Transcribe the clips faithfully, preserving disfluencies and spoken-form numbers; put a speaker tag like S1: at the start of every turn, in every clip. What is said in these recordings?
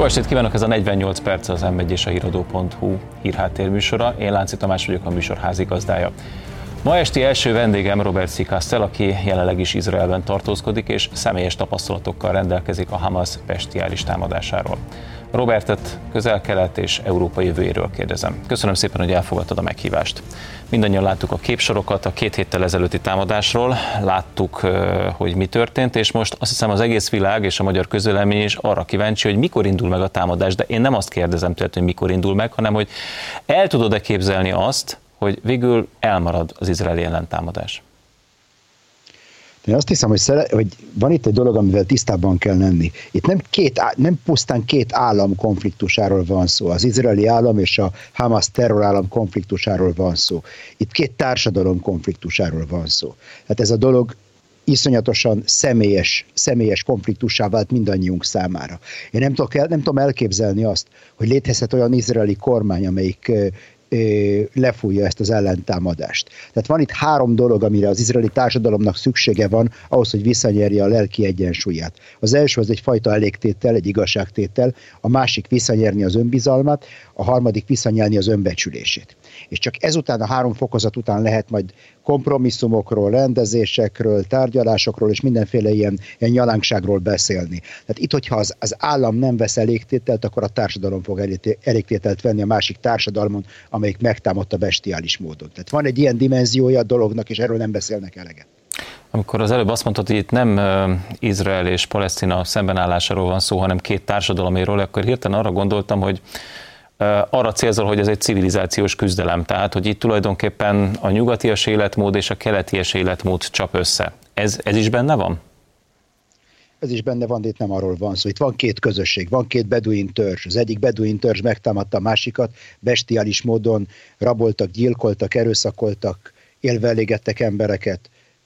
S1: Jó estét kívánok, ez a negyvennyolc perc az em egy és a híradó pont hu hírháttérműsora. Én Lánci Tamás vagyok, a műsor házigazdája. Ma esti első vendégem Robert Szikasztel, aki jelenleg is Izraelben tartózkodik, és személyes tapasztalatokkal rendelkezik a Hamas bestiális támadásáról. Robertet Közel-Kelet és Európa jövőjéről kérdezem. Köszönöm szépen, hogy elfogadtad a meghívást. Mindannyian láttuk a képsorokat a két héttel ezelőtti támadásról, láttuk, hogy mi történt, és most azt hiszem az egész világ és a magyar közvélemény is arra kíváncsi, hogy mikor indul meg a támadás, de én nem azt kérdezem tőled, hogy mikor indul meg, hanem hogy el tudod-e képzelni azt, hogy végül elmarad az izraeli ellentámadás?
S2: Én azt hiszem, hogy, szere, hogy van itt egy dolog, amivel tisztában kell lenni. Itt nem, két, nem pusztán két állam konfliktusáról van szó. Az izraeli állam és a Hamas terrorállam konfliktusáról van szó. Itt két társadalom konfliktusáról van szó. Hát ez a dolog iszonyatosan személyes, személyes konfliktussá vált mindannyiunk számára. Én nem, tudok el, nem tudom elképzelni azt, hogy létezhet olyan izraeli kormány, amelyik lefújja ezt az ellentámadást. Tehát van itt három dolog, amire az izraeli társadalomnak szüksége van ahhoz, hogy visszanyerje a lelki egyensúlyát. Az első az egyfajta elégtétel, egy igazságtétel, a másik visszanyerni az önbizalmat, a harmadik visszanyerni az önbecsülését. És csak ezután, a három fokozat után lehet majd kompromisszumokról, rendezésekről, tárgyalásokról és mindenféle ilyen, ilyen nyalánkságról beszélni. Tehát itt, hogyha az, az állam nem vesz elégtételt, akkor a társadalom fog elégtételt venni a másik társadalmon, amelyik megtámadta bestiális módon. Tehát van egy ilyen dimenziója a dolognak, és erről nem beszélnek eleget.
S1: Amikor az előbb azt mondtad, hogy itt nem Izrael és Palesztina szembenállásáról van szó, hanem két társadaloméről, akkor hirtelen arra gondoltam, hogy arra célzol, hogy ez egy civilizációs küzdelem, tehát hogy itt tulajdonképpen a nyugatias életmód és a keleties életmód csap össze. Ez, ez is benne van?
S2: Ez is benne van, de itt nem arról van szó. Itt van két közösség, van két beduin törzs. Az egyik beduin törzs megtámadta a másikat, bestiális módon raboltak, gyilkoltak, erőszakoltak, élve elégettek embereket.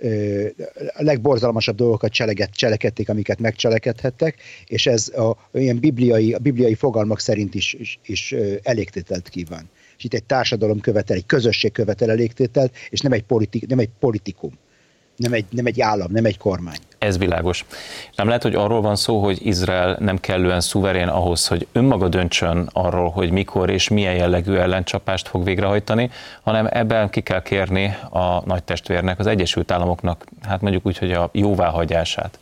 S2: A legborzalmasabb dolgokat cseleket, cselekedték, amiket megcselekedhettek, és ez a, ilyen bibliai, a bibliai fogalmak szerint is, is, is elégtételt kíván. És itt egy társadalom követel, egy közösség követel elégtételt, és nem egy, politik, nem egy politikum, nem egy, nem egy állam, nem egy kormány.
S1: Ez világos. Nem lehet, hogy arról van szó, hogy Izrael nem kellően szuverén ahhoz, hogy önmaga döntsön arról, hogy mikor és milyen jellegű ellencsapást fog végrehajtani, hanem ebben ki kell kérni a nagy testvérnek, az Egyesült Államoknak, hát mondjuk úgy, hogy a jóváhagyását.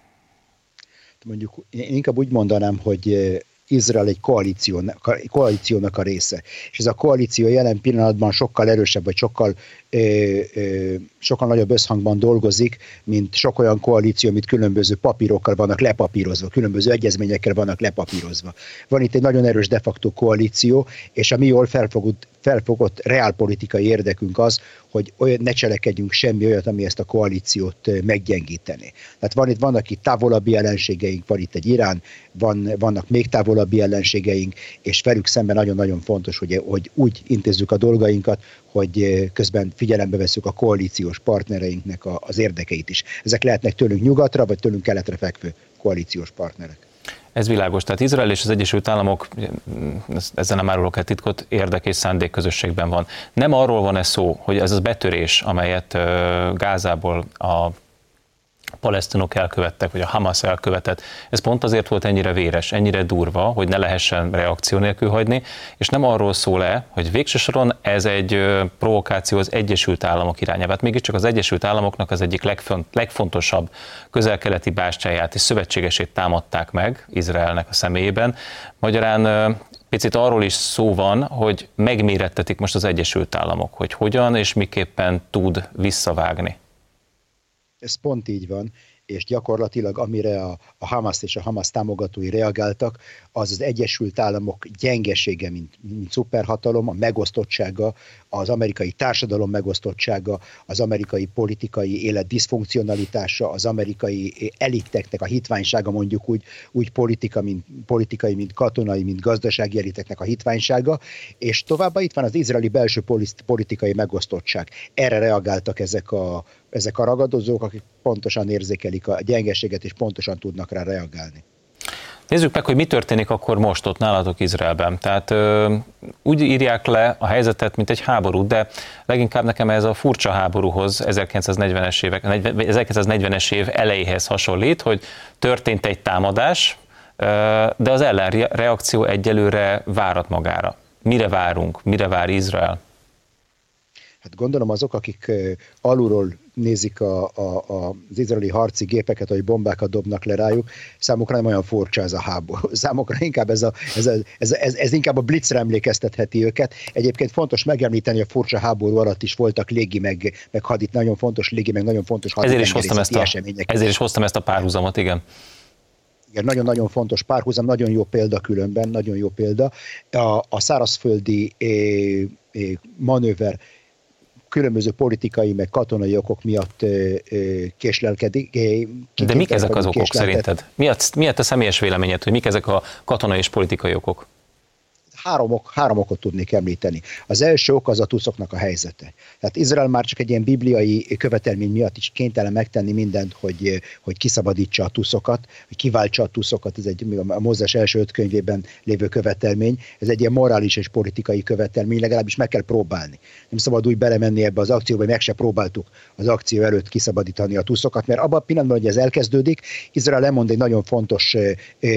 S2: Mondjuk én inkább úgy mondanám, hogy Izrael egy koalíciónak, koalíciónak a része. És ez a koalíció jelen pillanatban sokkal erősebb, vagy sokkal, ö, ö, sokkal nagyobb összhangban dolgozik, mint sok olyan koalíció, amit különböző papírokkal vannak lepapírozva, különböző egyezményekkel vannak lepapírozva. Van itt egy nagyon erős de facto koalíció, és a mi jól felfogott, felfogott reálpolitikai érdekünk az, hogy olyan, ne cselekedjünk semmi olyat, ami ezt a koalíciót meggyengíteni. Tehát van itt, vannak itt távolabbi ellenségeink, van itt egy Irán, van, vannak még távolabbi ellenségeink, és velük szemben nagyon-nagyon fontos, hogy, hogy úgy intézzük a dolgainkat, hogy közben figyelembe veszük a koalíciós partnereinknek a, az érdekeit is. Ezek lehetnek tőlünk nyugatra, vagy tőlünk keletre fekvő koalíciós partnerek.
S1: Ez világos, tehát Izrael és az Egyesült Államok, ezzel nem árulok el titkot, érdek és szándék közösségben van. Nem arról van ez szó, hogy ez az betörés, amelyet Gázából a palesztinok elkövettek, vagy a Hamas elkövetett, ez pont azért volt ennyire véres, ennyire durva, hogy ne lehessen reakció nélkül hagyni, és nem arról szól-e, hogy végső soron ez egy provokáció az Egyesült Államok irányába. Hát mégiscsak az Egyesült Államoknak az egyik legfont, legfontosabb közel-keleti bástyáját és szövetségesét támadták meg Izraelnek a személyében. Magyarán picit arról is szó van, hogy megmérettetik most az Egyesült Államok, hogy hogyan és miképpen tud visszavágni.
S2: Ez pont így van, és gyakorlatilag amire a, a Hamas és a Hamas támogatói reagáltak, az az Egyesült Államok gyengesége, mint, mint szuperhatalom, a megosztottsága, az amerikai társadalom megosztottsága, az amerikai politikai élet diszfunkcionalitása, az amerikai eliteknek a hitványsága, mondjuk úgy, úgy politika, mint, politikai, mint katonai, mint gazdasági eliteknek a hitványsága, és továbbá itt van az izraeli belső politikai megosztottság. Erre reagáltak ezek a, ezek a ragadozók, akik pontosan érzékelik a gyengeséget, és pontosan tudnak rá reagálni.
S1: Nézzük meg, hogy mi történik akkor most ott nálatok Izraelben. Tehát ö, úgy írják le a helyzetet, mint egy háborút, de leginkább nekem ez a furcsa háborúhoz, ezerkilencszáznegyvenes évek, ezerkilencszáznegyvenes év elejéhez hasonlít, hogy történt egy támadás, de az ellenreakció egyelőre várat magára. Mire várunk? Mire vár Izrael?
S2: Hát gondolom azok, akik alulról nézik a, a, a, az izraeli harci gépeket, hogy bombákat dobnak le rájuk, számukra nem olyan furcsa ez a háború. Számukra inkább ez, a, ez, a, ez, ez, ez inkább a blitzre emlékeztetheti őket. Egyébként fontos megemlíteni, hogy a furcsa háború alatt is voltak légi, meg, meg hadit, nagyon fontos légi, meg nagyon fontos haditengerészeti események.
S1: Ezért is hoztam ezt a párhuzamot, igen.
S2: Igen, nagyon-nagyon fontos párhuzam, nagyon jó példa különben, nagyon jó példa. A, a szárazföldi é, é, manőver különböző politikai, meg katonai okok miatt késlelkedik.
S1: De mik ezek az okok szerinted? Mi a, mi a te személyes véleményed, hogy mik ezek a katonai és politikai okok?
S2: Három, ok, három okot tudnék említeni. Az első ok az a tuszoknak a helyzete. Tehát Izrael már csak egy ilyen bibliai követelmény miatt is kénytelen megtenni mindent, hogy, hogy kiszabadítsa a tuszokat, hogy kiváltsa a tuszokat, ez egy a Mózes első öt könyvében lévő követelmény, ez egy ilyen morális és politikai követelmény, legalábbis meg kell próbálni. Nem szabad úgy belemenni ebbe az akcióba, hogy meg se próbáltuk az akció előtt kiszabadítani a tuszokat, mert abban a pillanatban, hogy ez elkezdődik, Izrael lemond egy nagyon fontos ö,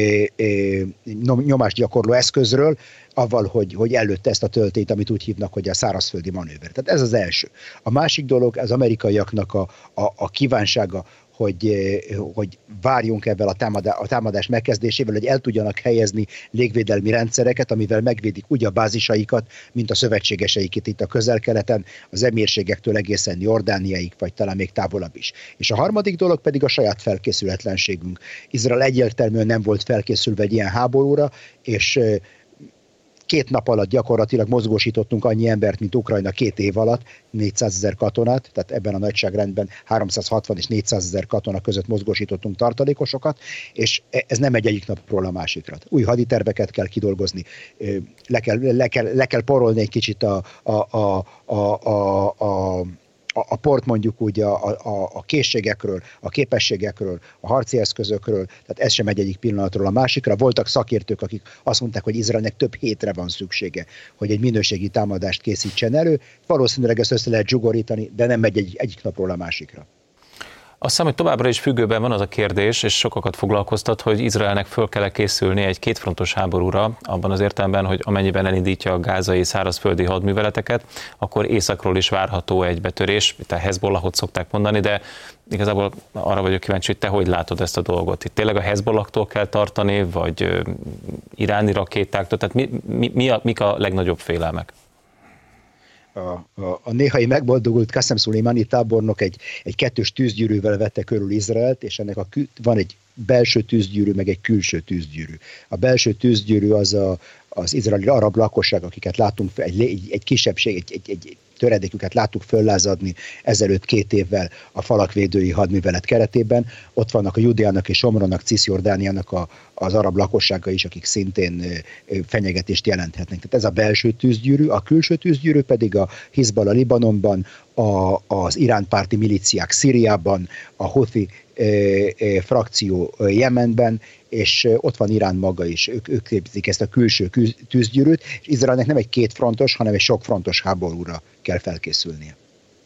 S2: ö, nyomásgyakorló eszközről, avval, hogy, hogy előtte ezt a töltényt, amit úgy hívnak, hogy a szárazföldi manőver. Tehát ez az első. A másik dolog az amerikaiaknak a, a, a kívánsága, hogy, hogy várjunk ebben a, támadás, a támadás megkezdésével, hogy el tudjanak helyezni légvédelmi rendszereket, amivel megvédik úgy a bázisaikat, mint a szövetségeseiket itt a közel-keleten, az emírségektől egészen Jordániaig, vagy talán még távolabb is. És a harmadik dolog pedig a saját felkészületlenségünk. Izrael egyértelműen nem volt felkészülve egy ilyen háborúra, és két nap alatt gyakorlatilag mozgósítottunk annyi embert, mint Ukrajna két év alatt, négyszázezer katonát, tehát ebben a nagyságrendben háromszázhatvan és négyszázezer katona között mozgósítottunk tartalékosokat, és ez nem egy egyik napról a másikra. Új haditerveket kell kidolgozni, le kell, le kell, le kell porolni egy kicsit a, a, a, a, a, a a port mondjuk úgy a, a, a készségekről, a képességekről, a harci eszközökről, tehát ez sem egy egyik pillanatról a másikra. Voltak szakértők, akik azt mondták, hogy Izraelnek több hétre van szüksége, hogy egy minőségi támadást készítsen elő. Valószínűleg ezt össze lehet zsugorítani, de nem megy egy, egyik napról a másikra.
S1: Azt hiszem, hogy továbbra is függőben van az a kérdés, és sokakat foglalkoztat, hogy Izraelnek föl kell készülni egy kétfrontos háborúra, abban az értelemben, hogy amennyiben elindítja a gázai szárazföldi hadműveleteket, akkor északról is várható egy betörés, itt a Hezbollahot szokták mondani, de igazából arra vagyok kíváncsi, hogy te hogy látod ezt a dolgot. Itt tényleg a Hezbollahtól kell tartani, vagy iráni rakétáktól, tehát mi, mi, mi a, mik a legnagyobb félelmek?
S2: A, a, a néhai megboldogult Qasem Szulejmani tábornok egy, egy kettős tűzgyűrűvel vette körül Izraelt, és ennek a, van egy belső tűzgyűrű, meg egy külső tűzgyűrű. A belső tűzgyűrű az a, az izraeli arab lakosság, akiket látunk, egy, egy, egy kisebbség, egy, egy, egy töredéküket láttuk föllázadni ezelőtt két évvel a falakvédői hadművelet keretében. Ott vannak a Judeának és Omronnak, Cisjordániának a, az arab lakossága is, akik szintén fenyegetést jelenthetnek. Tehát ez a belső tűzgyűrű, a külső tűzgyűrű pedig a Hizballah Libanonban, a, az iránpárti milíciák Szíriában, a Houthi e, e, frakció Jemenben, és ott van Irán maga is, ők, ők képzik ezt a külső tűzgyűrűt, és Izraelnek nem egy kétfrontos, hanem egy sokfrontos háborúra kell felkészülnie.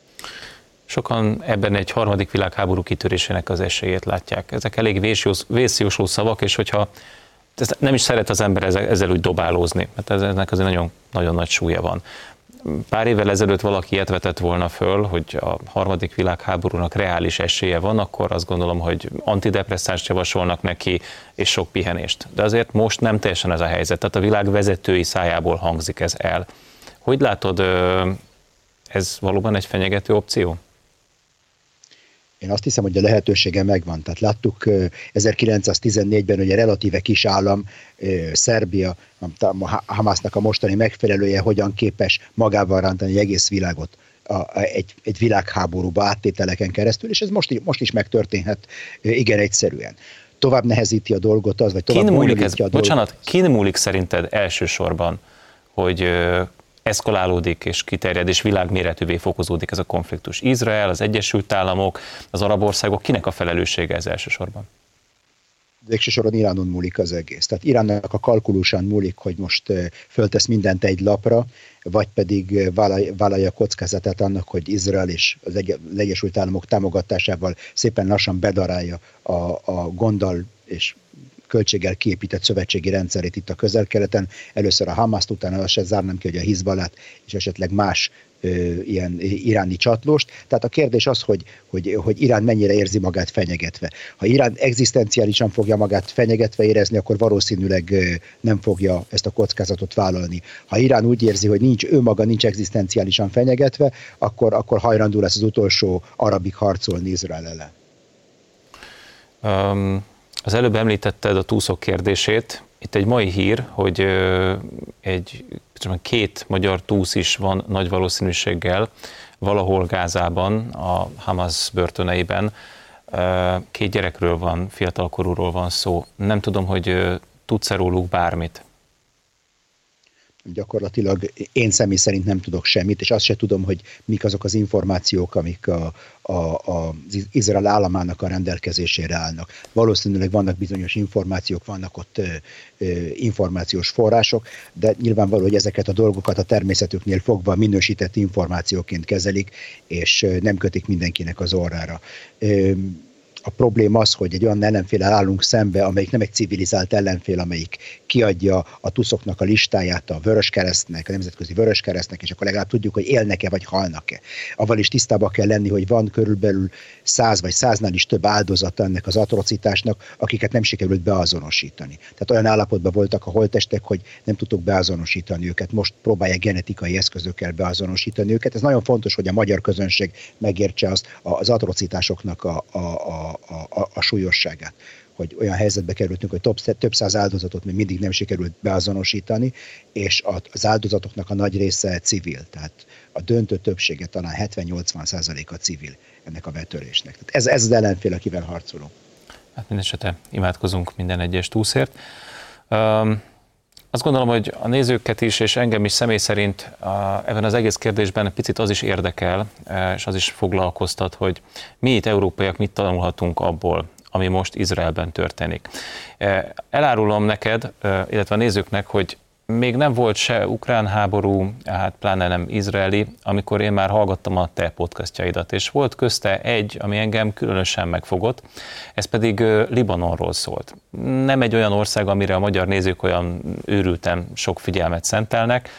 S1: Sokan ebben egy harmadik világháború kitörésének az esélyét látják. Ezek elég vészjósló szavak, és hogyha nem is szeret az ember ezzel, ezzel úgy dobálózni, mert ennek azért nagyon, nagyon nagy súlya van. Pár évvel ezelőtt valaki ilyet vetett volna föl, hogy a harmadik világháborúnak reális esélye van, akkor azt gondolom, hogy antidepresszást javasolnak neki, és sok pihenést. De azért most nem teljesen ez a helyzet, tehát a világ vezetői szájából hangzik ez el. Hogy látod, ez valóban egy fenyegető opció?
S2: Én azt hiszem, hogy a lehetősége megvan. Tehát láttuk ezerkilencszáztizennégyben, hogy egy relatíve kis állam, Szerbia, a Hamásznak a mostani megfelelője, hogyan képes magával rántani egy egész világot a, egy, egy világháborúba áttételeken keresztül, és ez most, most is megtörténhet igen egyszerűen. Tovább nehezíti a dolgot az, vagy tovább bonyolítja a dolgot.
S1: Bocsánat, kin múlik szerinted elsősorban, hogy eszkalálódik és kiterjed, és világméretűvé fokozódik ez a konfliktus? Izrael, az Egyesült Államok, az arab országok, kinek a felelőssége ez elsősorban?
S2: Végső soron Iránon múlik az egész. Tehát Iránnak a kalkulusán múlik, hogy most föltesz mindent egy lapra, vagy pedig vállalja a kockázatát annak, hogy Izrael és az Egyesült Államok támogatásával szépen lassan bedarálja a, a gonddal és költséggel kiépített szövetségi rendszerét itt a Közel-Keleten. Először a Hamaszt, utána azt se zárnám ki, hogy a Hizballát és esetleg más ö, ilyen iráni csatlóst. Tehát a kérdés az, hogy, hogy, hogy Irán mennyire érzi magát fenyegetve. Ha Irán egzisztenciálisan fogja magát fenyegetve érezni, akkor valószínűleg ö, nem fogja ezt a kockázatot vállalni. Ha Irán úgy érzi, hogy nincs, ő maga nincs egzisztenciálisan fenyegetve, akkor, akkor hajlandó lesz az utolsó arabig harcolni Izrael ellen.
S1: Um, az előbb említetted a túszok kérdését. Itt egy mai hír, hogy egy, két magyar túsz is van nagy valószínűséggel valahol Gázában, a Hamas börtöneiben. Két gyerekről van, fiatalkorúról van szó. Nem tudom, hogy tudsz-e róluk bármit?
S2: Gyakorlatilag én személy szerint nem tudok semmit, és azt se tudom, hogy mik azok az információk, amik a, a, a, az Izrael államának a rendelkezésére állnak. Valószínűleg vannak bizonyos információk, vannak ott ö, ö, információs források, de nyilvánvaló, hogy ezeket a dolgokat a természetüknél fogva minősített információként kezelik, és nem kötik mindenkinek az orrára. Ö, A probléma az, hogy egy olyan ellenféllel állunk szembe, amelyik nem egy civilizált ellenfél, amelyik kiadja a tuszoknak a listáját a Vöröskeresztnek, a Nemzetközi Vöröskeresztnek, és akkor legalább tudjuk, hogy élnek-e vagy halnak-e. Avval is tisztában kell lenni, hogy van körülbelül száz vagy száznál is több áldozata ennek az atrocitásnak, akiket nem sikerült beazonosítani. Tehát olyan állapotban voltak a holttestek, hogy nem tudtuk beazonosítani őket. Most próbálják genetikai eszközökkel beazonosítani őket. Ez nagyon fontos, hogy a magyar közönség megértse azt az atrocitásoknak a, a, a A, a, a súlyosságát, hogy olyan helyzetbe kerültünk, hogy több, több száz áldozatot még mindig nem sikerült beazonosítani, és az áldozatoknak a nagy része civil, tehát a döntő többsége talán hetven-nyolcvan százaléka civil ennek a betörésnek. Tehát ez, ez az ellenfél, akivel harcolunk.
S1: Hát mindesetre imádkozunk minden egyes túszért. Um, azt gondolom, hogy a nézőket is, és engem is személy szerint a, ebben az egész kérdésben picit az is érdekel, és az is foglalkoztat, hogy mi itt európaiak mit tanulhatunk abból, ami most Izraelben történik. Elárulom neked, illetve a nézőknek, hogy még nem volt se ukrán háború, hát pláne nem izraeli, amikor én már hallgattam a te podcastjaidat, és volt közte egy, ami engem különösen megfogott, ez pedig Libanonról szólt. Nem egy olyan ország, amire a magyar nézők olyan őrülten sok figyelmet szentelnek,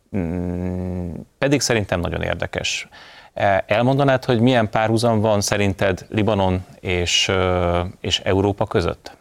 S1: pedig szerintem nagyon érdekes. Elmondanád, hogy milyen párhuzam van szerinted Libanon és, és Európa között?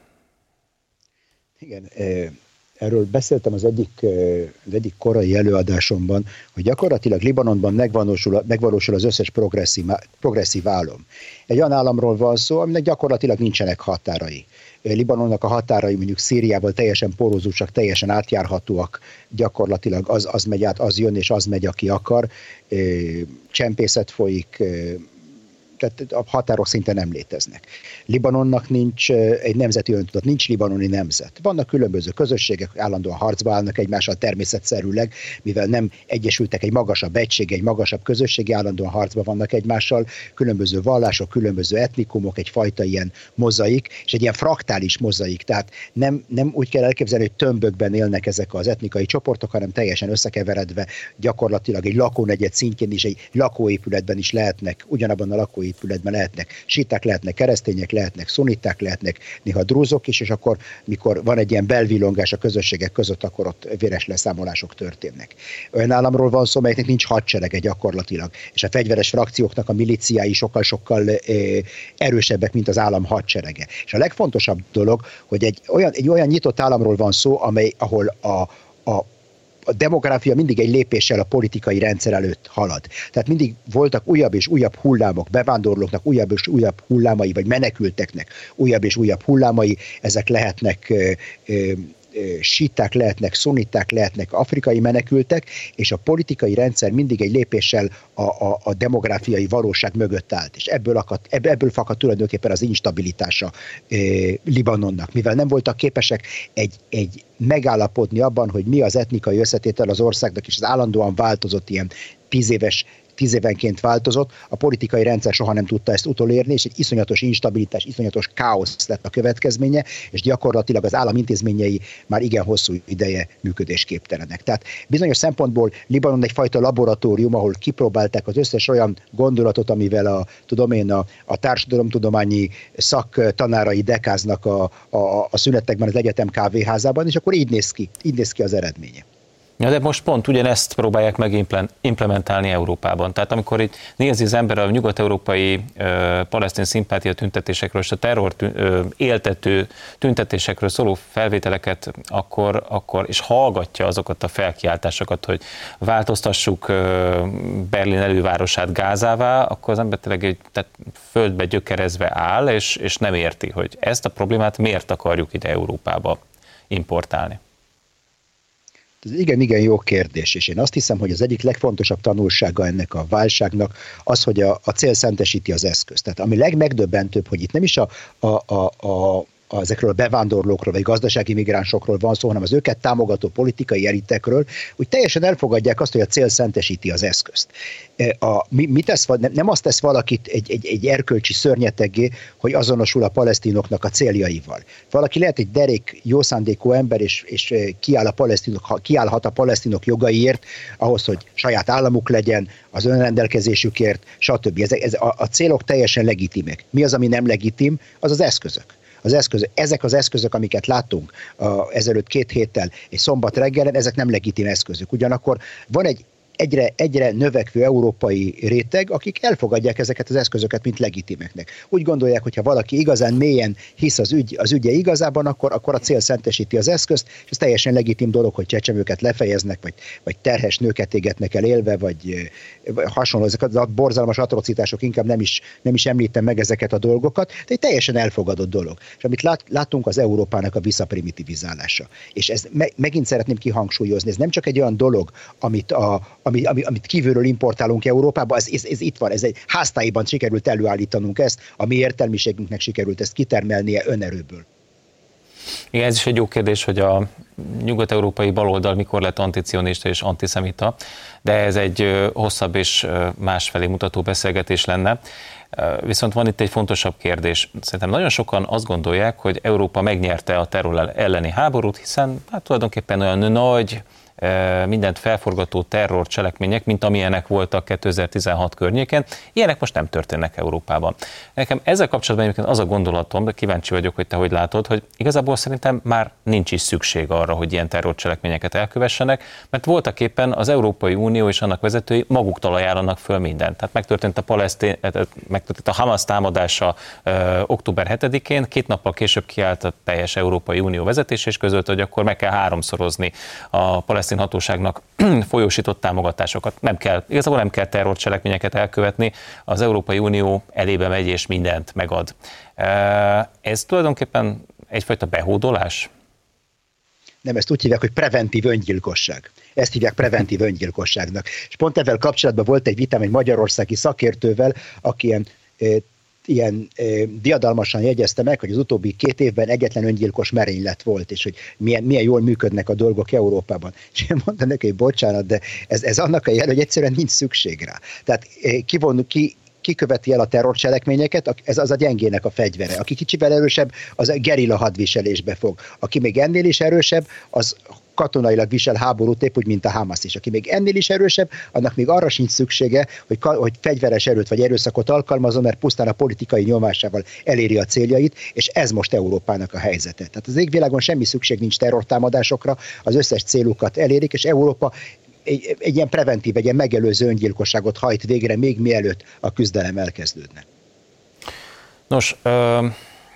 S2: Igen, erről beszéltem az egyik, az egyik korai előadásomban, hogy gyakorlatilag Libanonban megvalósul, megvalósul az összes progresszív, progresszív állam. Egy olyan államról van szó, aminek gyakorlatilag nincsenek határai. Libanonnak a határai mondjuk Szíriával teljesen porózusak, teljesen átjárhatóak, gyakorlatilag az, az megy át, az jön és az megy, aki akar. Csempészet folyik, tehát a határok szinte nem léteznek. Libanonnak nincs egy nemzeti öntudat, nincs libanoni nemzet. Vannak különböző közösségek, állandóan harcba állnak egymással természetszerűleg, mivel nem egyesültek egy magasabb egység, egy magasabb közösség, állandóan harcba vannak egymással, különböző vallások, különböző etnikumok, egyfajta ilyen mozaik, és egy ilyen fraktális mozaik, tehát nem, nem úgy kell elképzelni, hogy tömbökben élnek ezek az etnikai csoportok, hanem teljesen összekeveredve, gyakorlatilag egy lakónegyed szintjén is, egy lakóépületben is lehetnek, ugyanabban a lakó épületben lehetnek síták, lehetnek keresztények, lehetnek szuniták, lehetnek néha drúzok is, és akkor, mikor van egy ilyen belvillongás a közösségek között, akkor ott véres leszámolások történnek. Olyan államról van szó, melyeknek nincs hadserege gyakorlatilag, és a fegyveres frakcióknak a milíciái sokkal-sokkal erősebbek, mint az állam hadserege. És a legfontosabb dolog, hogy egy olyan, egy olyan nyitott államról van szó, amely, ahol a, a a demográfia mindig egy lépéssel a politikai rendszer előtt halad. Tehát mindig voltak újabb és újabb hullámok, bevándorlóknak újabb és újabb hullámai, vagy menekülteknek újabb és újabb hullámai, ezek lehetnek ö, ö, síták, lehetnek szuniták, lehetnek afrikai menekültek, és a politikai rendszer mindig egy lépéssel a, a, a demográfiai valóság mögött állt. És ebből, akadt, ebből fakad tulajdonképpen az instabilitása e, Libanonnak, mivel nem voltak képesek egy, egy megállapodni abban, hogy mi az etnikai összetétel az országnak, és az állandóan változott ilyen tíz éves tíz évenként változott, a politikai rendszer soha nem tudta ezt utolérni, és egy iszonyatos instabilitás, iszonyatos káosz lett a következménye, és gyakorlatilag az állam intézményei már igen hosszú ideje működésképtelenek. Tehát bizonyos szempontból Libanon egyfajta laboratórium, ahol kipróbálták az összes olyan gondolatot, amivel a, tudom én, a, a társadalomtudományi szaktanárai dekáznak a, a, a szünetekben az egyetem kávéházában, és akkor így néz ki, így néz ki az eredménye.
S1: Ja, de most pont ugyanezt próbálják meg implementálni Európában. Tehát amikor itt nézi az ember a nyugat-európai ö, palesztin szimpátia tüntetésekről és a terror tün, ö, éltető tüntetésekről szóló felvételeket, akkor, akkor, és hallgatja azokat a felkiáltásokat, hogy változtassuk ö, Berlin elővárosát Gázává, akkor az ember tényleg egy, tehát földbe gyökerezve áll, és, és nem érti, hogy ezt a problémát miért akarjuk ide Európába importálni.
S2: Ez igen, igen jó kérdés, és én azt hiszem, hogy az egyik legfontosabb tanulsága ennek a válságnak az, hogy a, a cél szentesíti az eszközt. Tehát ami legmegdöbbentőbb, hogy itt nem is a, a, a, a ezekről a bevándorlókról vagy gazdasági migránsokról van szó, hanem az őket támogató politikai elitekről, úgy teljesen elfogadják azt, hogy a cél szentesíti az eszközt. A, mi, mi tesz, nem azt tesz valakit egy, egy, egy erkölcsi szörnyeteggé, hogy azonosul a palesztinoknak a céljaival. Valaki lehet egy derék, jó szándékú ember, és, és kiáll a palesztinok, kiállhat a palesztinok jogaiért, ahhoz, hogy saját államuk legyen, az önrendelkezésükért, stb. Ez, ez, a, a célok teljesen legitimek. Mi az, ami nem legitim? Az az eszközök. Az eszközök, ezek az eszközök, amiket láttunk a, ezelőtt két héttel és szombat reggelen, ezek nem legitim eszközök. Ugyanakkor van egy egyre, egyre növekvő európai réteg, akik elfogadják ezeket az eszközöket, mint legitimeknek. Úgy gondolják, hogy ha valaki igazán mélyen hisz az, ügy, az ügye igazában, akkor, akkor a cél szentesíti az eszközt, és ez teljesen legitim dolog, hogy csecsemőket lefejeznek, vagy, vagy terhes nőket égetnek el élve, vagy, vagy hasonló, ezek a borzalmas atrocitások, inkább nem is, nem is említem meg ezeket a dolgokat, de egy teljesen elfogadott dolog. És amit lát, látunk, az Európának a visszaprimitivizálása. És ez me, megint szeretném kihangsúlyozni, ez nem csak egy olyan dolog, amit a Ami, ami, amit kívülről importálunk Európába, ez, ez, ez itt van, ez egy háztáiban sikerült előállítanunk ezt, a mi értelmiségünknek sikerült ezt kitermelnie önerőből.
S1: Igen, ez is egy jó kérdés, hogy a nyugat-európai baloldal mikor lett anticionista és antiszemita, de ez egy hosszabb és másfelé mutató beszélgetés lenne. Viszont van itt egy fontosabb kérdés. Szerintem nagyon sokan azt gondolják, hogy Európa megnyerte a terror elleni háborút, hiszen hát tulajdonképpen olyan nagy, mindent felforgató terrorcselekmények, mint amilyenek voltak kétezer-tizenhat környéken, ilyenek most nem történnek Európában. Nekem ezzel kapcsolatban egyébként az a gondolatom, de kíváncsi vagyok, hogy te hogy látod, hogy igazából szerintem már nincs is szükség arra, hogy ilyen terrorcselekményeket elkövessenek, mert voltak éppen az Európai Unió és annak vezetői maguk talajálnak föl mindent. Tehát megtörtént a, palesztin, megtörtént a Hamas támadása ö, október hetedikén, két nappal később kiállt a teljes Európai Unió vezetés, és közölt, hogy akkor meg kell háromszorozni a palesztin hatóságnak folyósított támogatásokat. Nem kell, igazából nem kell terrorcselekményeket elkövetni, az Európai Unió elébe megy és mindent megad. Ez tulajdonképpen egyfajta behódolás?
S2: Nem, ezt úgy hívják, hogy preventív öngyilkosság. Ezt hívják preventív öngyilkosságnak. És pont ezzel kapcsolatban volt egy vitám egy magyarországi szakértővel, aki ilyen ilyen e, diadalmasan jegyezte meg, hogy az utóbbi két évben egyetlen öngyilkos merénylet volt, és hogy milyen, milyen jól működnek a dolgok Európában. És én mondtam neki, hogy bocsánat, de ez, ez annak a jel, hogy egyszerűen nincs szükség rá. Tehát e, kivon, ki, ki követi el a terrorcselekményeket, ez az a gyengének a fegyvere. Aki kicsivel erősebb, az a gerilla hadviselésbe fog. Aki még ennél is erősebb, az katonailag visel háborút, épp úgy, mint a Hamas is. Aki még ennél is erősebb, annak még arra sincs szüksége, hogy, hogy fegyveres erőt vagy erőszakot alkalmazom, mert pusztán a politikai nyomásával eléri a céljait, és ez most Európának a helyzete. Tehát az égvilágon semmi szükség nincs terrortámadásokra, az összes célukat elérik, és Európa egy, egy ilyen preventív, egy ilyen megelőző öngyilkosságot hajt végre, még mielőtt a küzdelem elkezdődne.
S1: Nos, ö,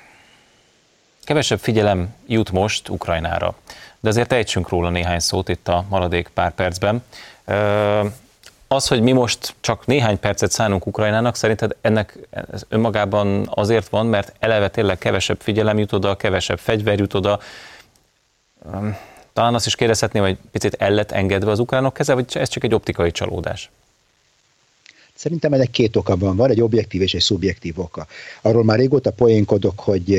S1: kevesebb figyelem jut most Ukrajnára, de azért ejtsünk róla néhány szót itt a maradék pár percben. Az, hogy mi most csak néhány percet szánunk Ukrajnának, szerinted ennek önmagában azért van, mert eleve tényleg kevesebb figyelem jut oda, kevesebb fegyver jut oda. Talán azt is kérdezhetném, hogy picit el lett engedve az ukránok keze, vagy ez csak egy optikai csalódás?
S2: Szerintem ennek két oka van, van egy objektív és egy szubjektív oka. Arról már régóta poénkodok, hogy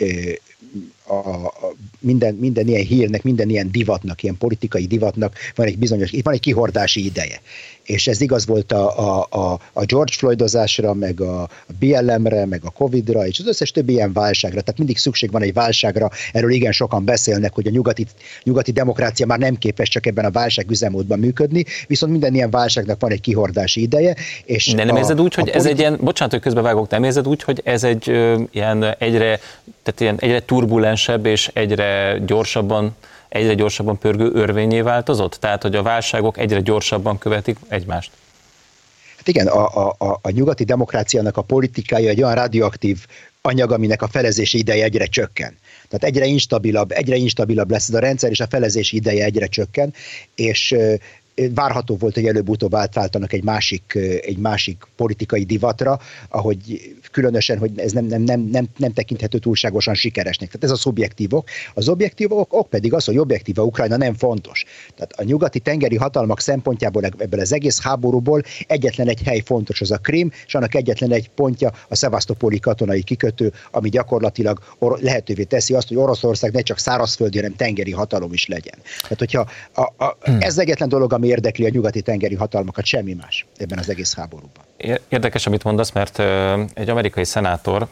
S2: a, a minden, minden ilyen hírnek, minden ilyen divatnak, ilyen politikai divatnak van egy bizonyos, van egy kihordási ideje. és ez igaz volt a, a, a George Floydozásra, meg a bé el em-re, meg a Covidra, és az összes többi ilyen válságra. Tehát mindig szükség van egy válságra, erről igen sokan beszélnek, hogy a nyugati, nyugati demokrácia már nem képes csak ebben a válság üzemmódban működni, viszont minden ilyen válságnak van egy kihordási ideje. És
S1: de nem
S2: a,
S1: érzed úgy, hogy
S2: politi-
S1: ez egy ilyen, bocsánat, hogy közbevágok, nem érzed úgy, hogy ez egy ö, ilyen egyre, tehát ilyen egyre turbulensebb és egyre gyorsabban egyre gyorsabban pörgő örvényé változott? Tehát, hogy a válságok egyre gyorsabban követik egymást?
S2: Hát igen, a, a, a nyugati demokráciának a politikája egy olyan radioaktív anyag, aminek a felezési ideje egyre csökken. Tehát egyre instabilabb, egyre instabilabb lesz ez a rendszer, és a felezési ideje egyre csökken, és várható volt, hogy előbb-utóbb átváltanak egy másik, egy másik politikai divatra, ahogy különösen, hogy ez nem, nem, nem, nem, nem tekinthető túlságosan sikeresnek. Tehát ez a szubjektívok. Az objektívok ok pedig az, hogy objektíva Ukrajna nem fontos. Tehát a nyugati tengeri hatalmak szempontjából ebből az egész háborúból egyetlen egy hely fontos, az a Krím, és annak egyetlen egy pontja a szevasztopoli katonai kikötő, ami gyakorlatilag or- lehetővé teszi azt, hogy Oroszország ne csak szárazföldi, hanem tengeri hatalom is legyen. Tehát, hogyha a, a, ez egyetlen dolog, ami érdekli a nyugati tengeri hatalmakat, semmi más ebben az egész háborúban.
S1: Érdekes, amit mondasz, mert egy amerikai szenátor,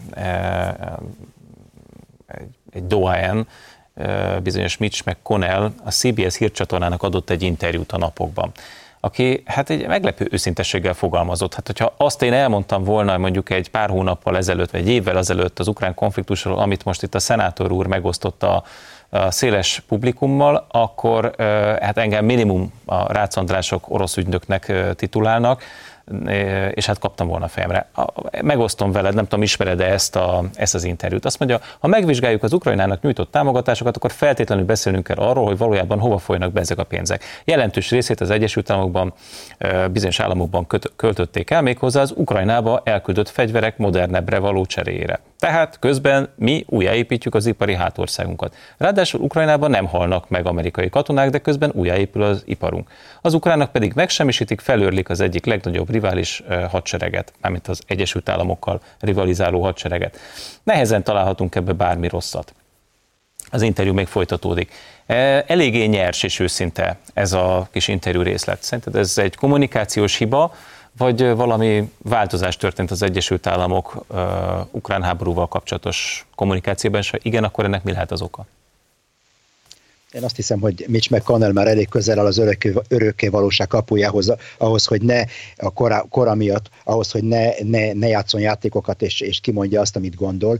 S1: egy doyen, bizonyos Mitch McConnell a cé bé es hírcsatornának adott egy interjút a napokban, aki hát egy meglepő őszintességgel fogalmazott. Hát, hogyha azt én elmondtam volna mondjuk egy pár hónappal ezelőtt, vagy egy évvel ezelőtt az ukrán konfliktusról, amit most itt a szenátor úr megosztott a a széles publikummal, akkor hát engem minimum a Rácz Andrások orosz ügynöknek titulálnak, és hát kaptam volna a fejemre. Megosztom veled, nem tudom, ismered-e ezt, a, ezt az interjút. Azt mondja, ha megvizsgáljuk az Ukrajnának nyújtott támogatásokat, akkor feltétlenül beszélnünk kell arról, hogy valójában hova folynak be ezek a pénzek. Jelentős részét az Egyesült Államokban, bizonyos államokban költötték el, méghozzá az Ukrajnába elküldött fegyverek modernebbre való cseréjére. Tehát közben mi újjáépítjük az ipari hátországunkat. Ráadásul Ukrajnában nem halnak meg amerikai katonák, de közben újjáépül az iparunk. Az ukránok pedig megsemmisítik, felőrlik az egyik legnagyobb rivális hadsereget, mármint az Egyesült Államokkal rivalizáló hadsereget. Nehezen találhatunk ebbe bármi rosszat. Az interjú még folytatódik. Eléggé nyers és őszinte ez a kis interjú részlet. Szerinted ez egy kommunikációs hiba, vagy valami változás történt az Egyesült Államok uh, ukrán háborúval kapcsolatos kommunikációban, és ha igen, akkor ennek mi lehet az oka?
S2: Én azt hiszem, hogy Mitch McConnell már elég közel áll az örökké, örökké valóság kapujához, ahhoz, hogy ne a kora, kora miatt, ahhoz, hogy ne, ne, ne játszon játékokat, és, és kimondja azt, amit gondol.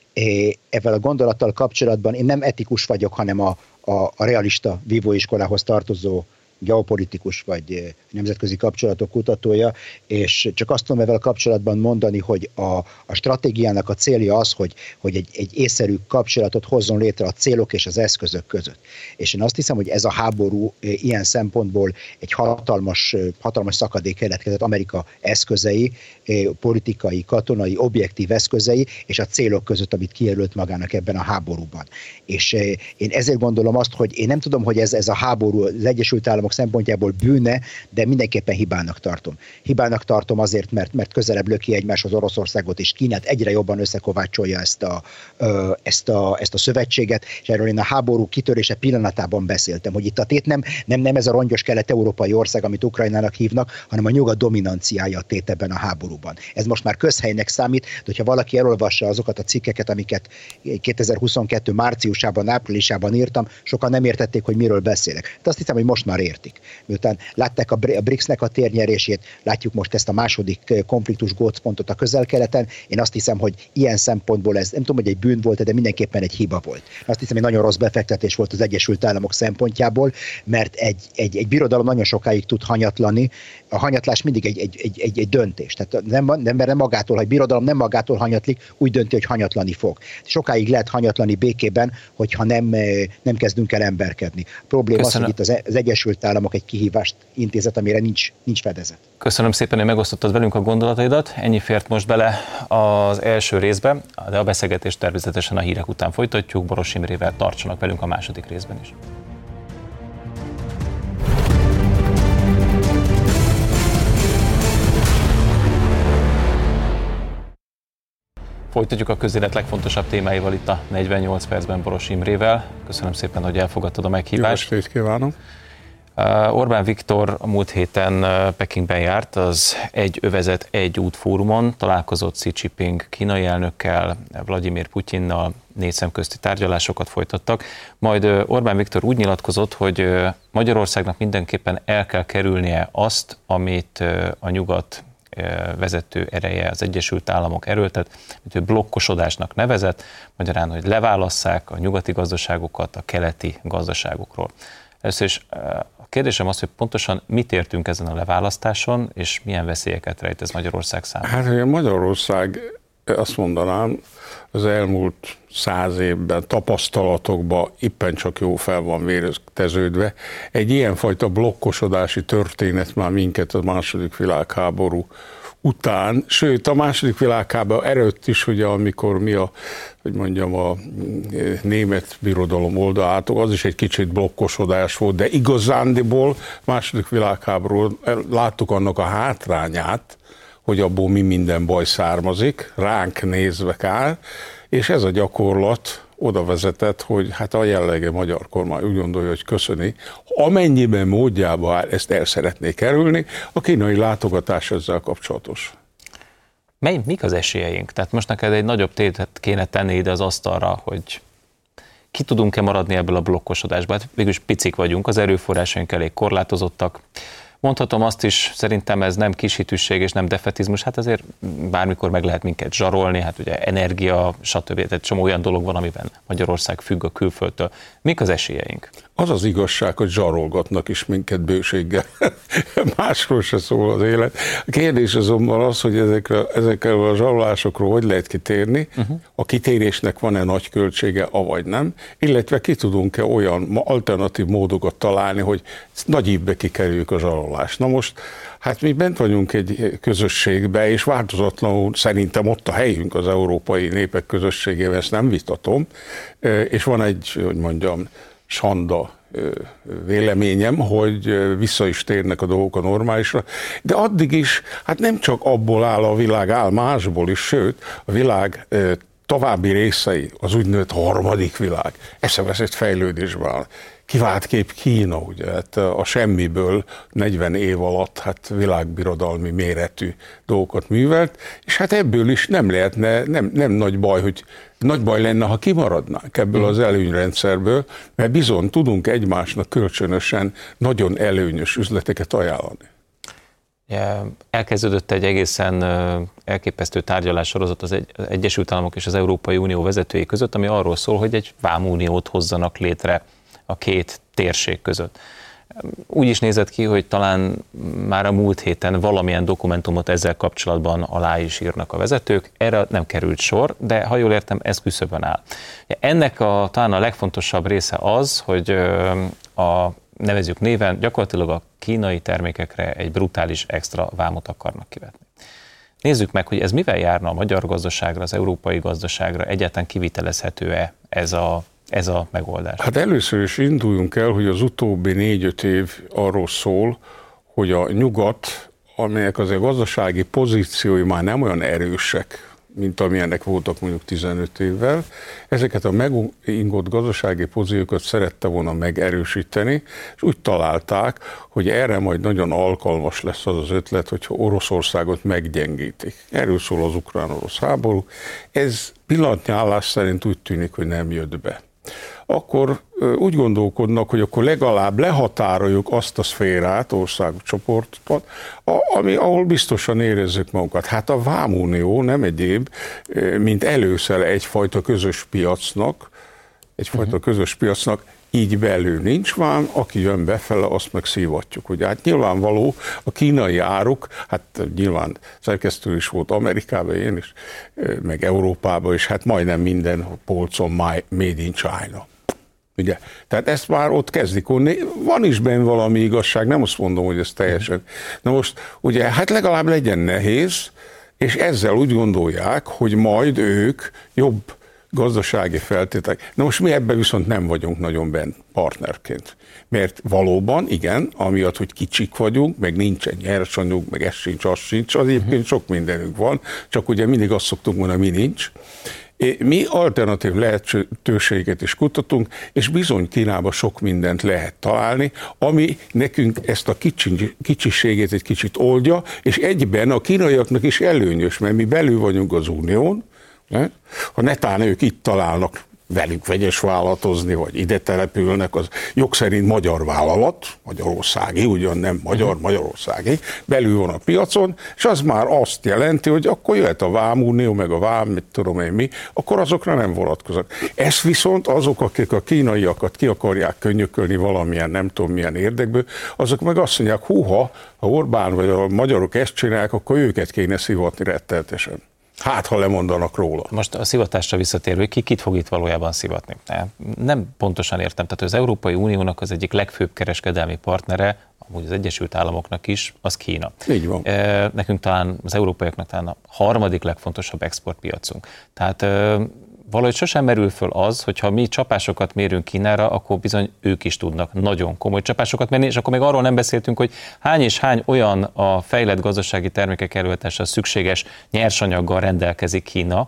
S2: É, ezzel a gondolattal kapcsolatban én nem etikus vagyok, hanem a, a, a realista vívóiskolához tartozó geopolitikus vagy nemzetközi kapcsolatok kutatója, és csak azt tudom ezzel kapcsolatban mondani, hogy a, a stratégiának a célja az, hogy, hogy egy, egy észszerű kapcsolatot hozzon létre a célok és az eszközök között. És én azt hiszem, hogy ez a háború ilyen szempontból egy hatalmas, hatalmas szakadék keletkezett Amerika eszközei, politikai, katonai, objektív eszközei, és a célok között, amit kijelölt magának ebben a háborúban. És én ezért gondolom azt, hogy én nem tudom, hogy ez, ez a háború az Egyesült Államok szempontjából bűne, de mindenképpen hibának tartom. Hibának tartom azért, mert, mert közelebb löki egymáshoz Oroszországot és Kínát, egyre jobban összekovácsolja ezt a, ezt, a, ezt a szövetséget, és erről én a háború kitörése pillanatában beszéltem, hogy itt a tét nem, nem, nem ez a rongyos kelet-európai ország, amit Ukrajnának hívnak, hanem a nyugat dominanciája a tét ebben a háborúban. Ez most már közhelynek számít, de hogyha valaki elolvassa azokat a cikkeket, amiket kétezer-huszonkettő márciusában, áprilisában írtam, sokan nem értették, hogy miről beszélek. De azt hiszem, hogy most már értik. Miután látták a briksnek a térnyerését, látjuk most ezt a második konfliktus gócpontot a közel-keleten, én azt hiszem, hogy ilyen szempontból ez, nem tudom, hogy egy bűn volt, de mindenképpen egy hiba volt. Azt hiszem, hogy nagyon rossz befektetés volt az Egyesült Államok szempontjából, mert egy, egy, egy birodalom nagyon sokáig tud hanyatlani, a hanyatlás mindig egy, egy, egy, egy, egy döntés. Tehát nem, nem, nem magától, ha egy birodalom nem magától hanyatlik, úgy dönti, hogy hanyatlani fog. Sokáig lehet hanyatlani békében, hogyha nem, nem kezdünk el emberkedni. A probléma Köszönöm. Az, hogy itt az, az Egyesült Államok egy kihívást intézet, amire nincs, nincs fedezet.
S1: Köszönöm szépen, hogy megosztottad velünk a gondolataidat. Ennyi fért most bele az első részbe, de a beszélgetést természetesen a hírek után folytatjuk. Boros Imrével tartsanak velünk a második részben is. Folytatjuk a közélet legfontosabb témáival itt a negyvennyolc percben Boros Imrével. Köszönöm szépen, hogy elfogadtad a meghívást.
S3: Jó estét kívánok!
S1: Orbán Viktor a múlt héten Pekingben járt, az Egy övezet, egy út fórumon, találkozott Xi Jinping kínai elnökkel, Vladimir Putyinnal, négy szemközti tárgyalásokat folytattak, majd Orbán Viktor úgy nyilatkozott, hogy Magyarországnak mindenképpen el kell kerülnie azt, amit a nyugat vezető ereje, az Egyesült Államok erőltet, amit ő blokkosodásnak nevezett, magyarán, hogy leválasszák a nyugati gazdaságokat a keleti gazdaságokról. Először is a kérdésem az, hogy pontosan mit értünk ezen a leválasztáson, és milyen veszélyeket rejt ez Magyarország számára?
S3: Hát, hogy Magyarország, azt mondanám, az elmúlt száz évben, tapasztalatokban éppen csak jó fel van vérteződve. Egy ilyenfajta blokkosodási történet már minket a második világháború után, sőt a második világháború előtt is, ugye, amikor mi a, hogy mondjam, a német birodalom oldalától, az is egy kicsit blokkosodás volt, de igazándiból második világháború láttuk annak a hátrányát, hogy abból mi minden baj származik, ránk nézve áll, és ez a gyakorlat oda vezetett, hogy hát a jellege magyar kormány úgy gondolja, hogy köszöni, amennyiben módjába áll, ezt el szeretné kerülni, a kínai látogatás ezzel kapcsolatos.
S1: Mely, mik az esélyeink? Tehát most neked egy nagyobb tétet kéne tenni ide az asztalra, hogy ki tudunk-e maradni ebből a blokkosodásból? Hát végülis picik vagyunk, az erőforrásaink elég korlátozottak. Mondhatom azt is, szerintem ez nem kishitűség és nem defetizmus, hát azért bármikor meg lehet minket zsarolni, hát ugye energia, stb. Tehát csomó olyan dolog van, amiben Magyarország függ a külföldtől. Mik az esélyeink?
S3: Az az igazság, hogy zsarolgatnak is minket bőséggel. Másról se szól az élet. A kérdés azonban az, hogy ezekre, ezekre a zsarolásokról hogy lehet kitérni, uh-huh. a kitérésnek van-e nagy költsége, avagy nem, illetve ki tudunk-e olyan alternatív módokat találni, hogy nagy ívbe kikerüljük a zsarolást. Na most, hát mi bent vagyunk egy közösségbe, és változatlanul szerintem ott a helyünk az európai népek közösségében, ezt nem vitatom, és van egy, hogy mondjam, sanda véleményem, hogy vissza is térnek a dolgok a normálisra, de addig is, hát nem csak abból áll a világ, áll másból is, sőt, a világ további részei, az úgynevezett harmadik világ, eszeveszett fejlődésben áll. Kivált kép Kína, ugye, hát a semmiből negyven év alatt hát világbirodalmi méretű dolgokat művelt, és hát ebből is nem lehetne, nem, nem nagy baj, hogy nagy baj lenne, ha kimaradnánk ebből az előnyrendszerből, mert bizony tudunk egymásnak kölcsönösen nagyon előnyös üzleteket ajánlani.
S1: Elkezdődött egy egészen elképesztő tárgyalássorozat az Egyesült Államok és az Európai Unió vezetői között, ami arról szól, hogy egy vámuniót hozzanak létre a két térség között. Úgy is nézett ki, hogy talán már a múlt héten valamilyen dokumentumot ezzel kapcsolatban alá is írnak a vezetők, erre nem került sor, de ha jól értem, ez küszöbön áll. Ennek a, talán a legfontosabb része az, hogy a nevezzük néven, gyakorlatilag a kínai termékekre egy brutális extra vámot akarnak kivetni. Nézzük meg, hogy ez mivel járna a magyar gazdaságra, az európai gazdaságra, egyáltalán kivitelezhető-e ez a ez a megoldás?
S3: Hát először is induljunk el, hogy az utóbbi négy-öt év arról szól, hogy a nyugat, amelyek azért gazdasági pozíciói már nem olyan erősek, mint amilyenek voltak mondjuk tizenöt évvel, ezeket a megingott gazdasági pozíciókat szerette volna megerősíteni, és úgy találták, hogy erre majd nagyon alkalmas lesz az az ötlet, hogyha Oroszországot meggyengítik. Erről szól az ukrán-orosz háború. Ez pillanatnyi állás szerint úgy tűnik, hogy nem jött be. Akkor úgy gondolkodnak, hogy akkor legalább lehatároljuk azt a szférát, országcsoportot, ami, ahol biztosan érezzük magunkat. Hát a Vámunió nem egyéb, mint először egyfajta közös piacnak, egyfajta uh-huh. közös piacnak, így belül nincs vám, aki jön befele, azt meg szívatjuk. Ugye, hát nyilvánvaló, a kínai áruk, hát nyilván szerkesztő is volt Amerikában, én is, meg Európában is, hát majdnem minden polcon made in China. Ugye? Tehát ezt már ott kezdik onni. Van is benne valami igazság, nem azt mondom, hogy ez teljesen. Na most, ugye, hát legalább legyen nehéz, és ezzel úgy gondolják, hogy majd ők jobb gazdasági feltételek. Na most mi ebben viszont nem vagyunk nagyon bent partnerként. Mert valóban, igen, amiatt, hogy kicsik vagyunk, meg nincsen nyersanyag, meg ez sincs, az sincs, az egyébként sok mindenünk van, csak ugye mindig azt szoktunk mondani, mi nincs. Mi alternatív lehetőséget is kutatunk, és bizony Kínában sok mindent lehet találni, ami nekünk ezt a kicsi, kicsiségét egy kicsit oldja, és egyben a kínaiaknak is előnyös, mert mi belül vagyunk az unión, ne? Ha netán ők itt találnak velük vegyes vállalatozni, vagy ide települnek, az jog szerint magyar vállalat, magyarországi, ugyan nem magyar, magyarországi, belül van a piacon, és az már azt jelenti, hogy akkor jöhet a vámunió, meg a vám, mit tudom én mi, akkor azokra nem vonatkoznak. Ez viszont azok, akik a kínaiakat ki akarják könnyökölni valamilyen, nem tudom milyen érdekből, azok meg azt mondják, húha, ha Orbán vagy a magyarok ezt csinálják, akkor őket kéne szivatni rettenetesen. Hát, ha lemondanak róla.
S1: Most a szivatásra visszatérve, ki kit fog itt valójában szivatni? Nem pontosan értem. Tehát az Európai Uniónak az egyik legfőbb kereskedelmi partnere, amúgy az Egyesült Államoknak is, az Kína.
S3: Így van.
S1: Nekünk talán, az európaiaknak talán a harmadik legfontosabb exportpiacunk. Tehát valahogy sosem merül föl az, hogyha mi csapásokat mérünk Kínára, akkor bizony ők is tudnak nagyon komoly csapásokat mérni, és akkor még arról nem beszéltünk, hogy hány és hány olyan a fejlett gazdasági termékek előállítására szükséges nyersanyaggal rendelkezik Kína,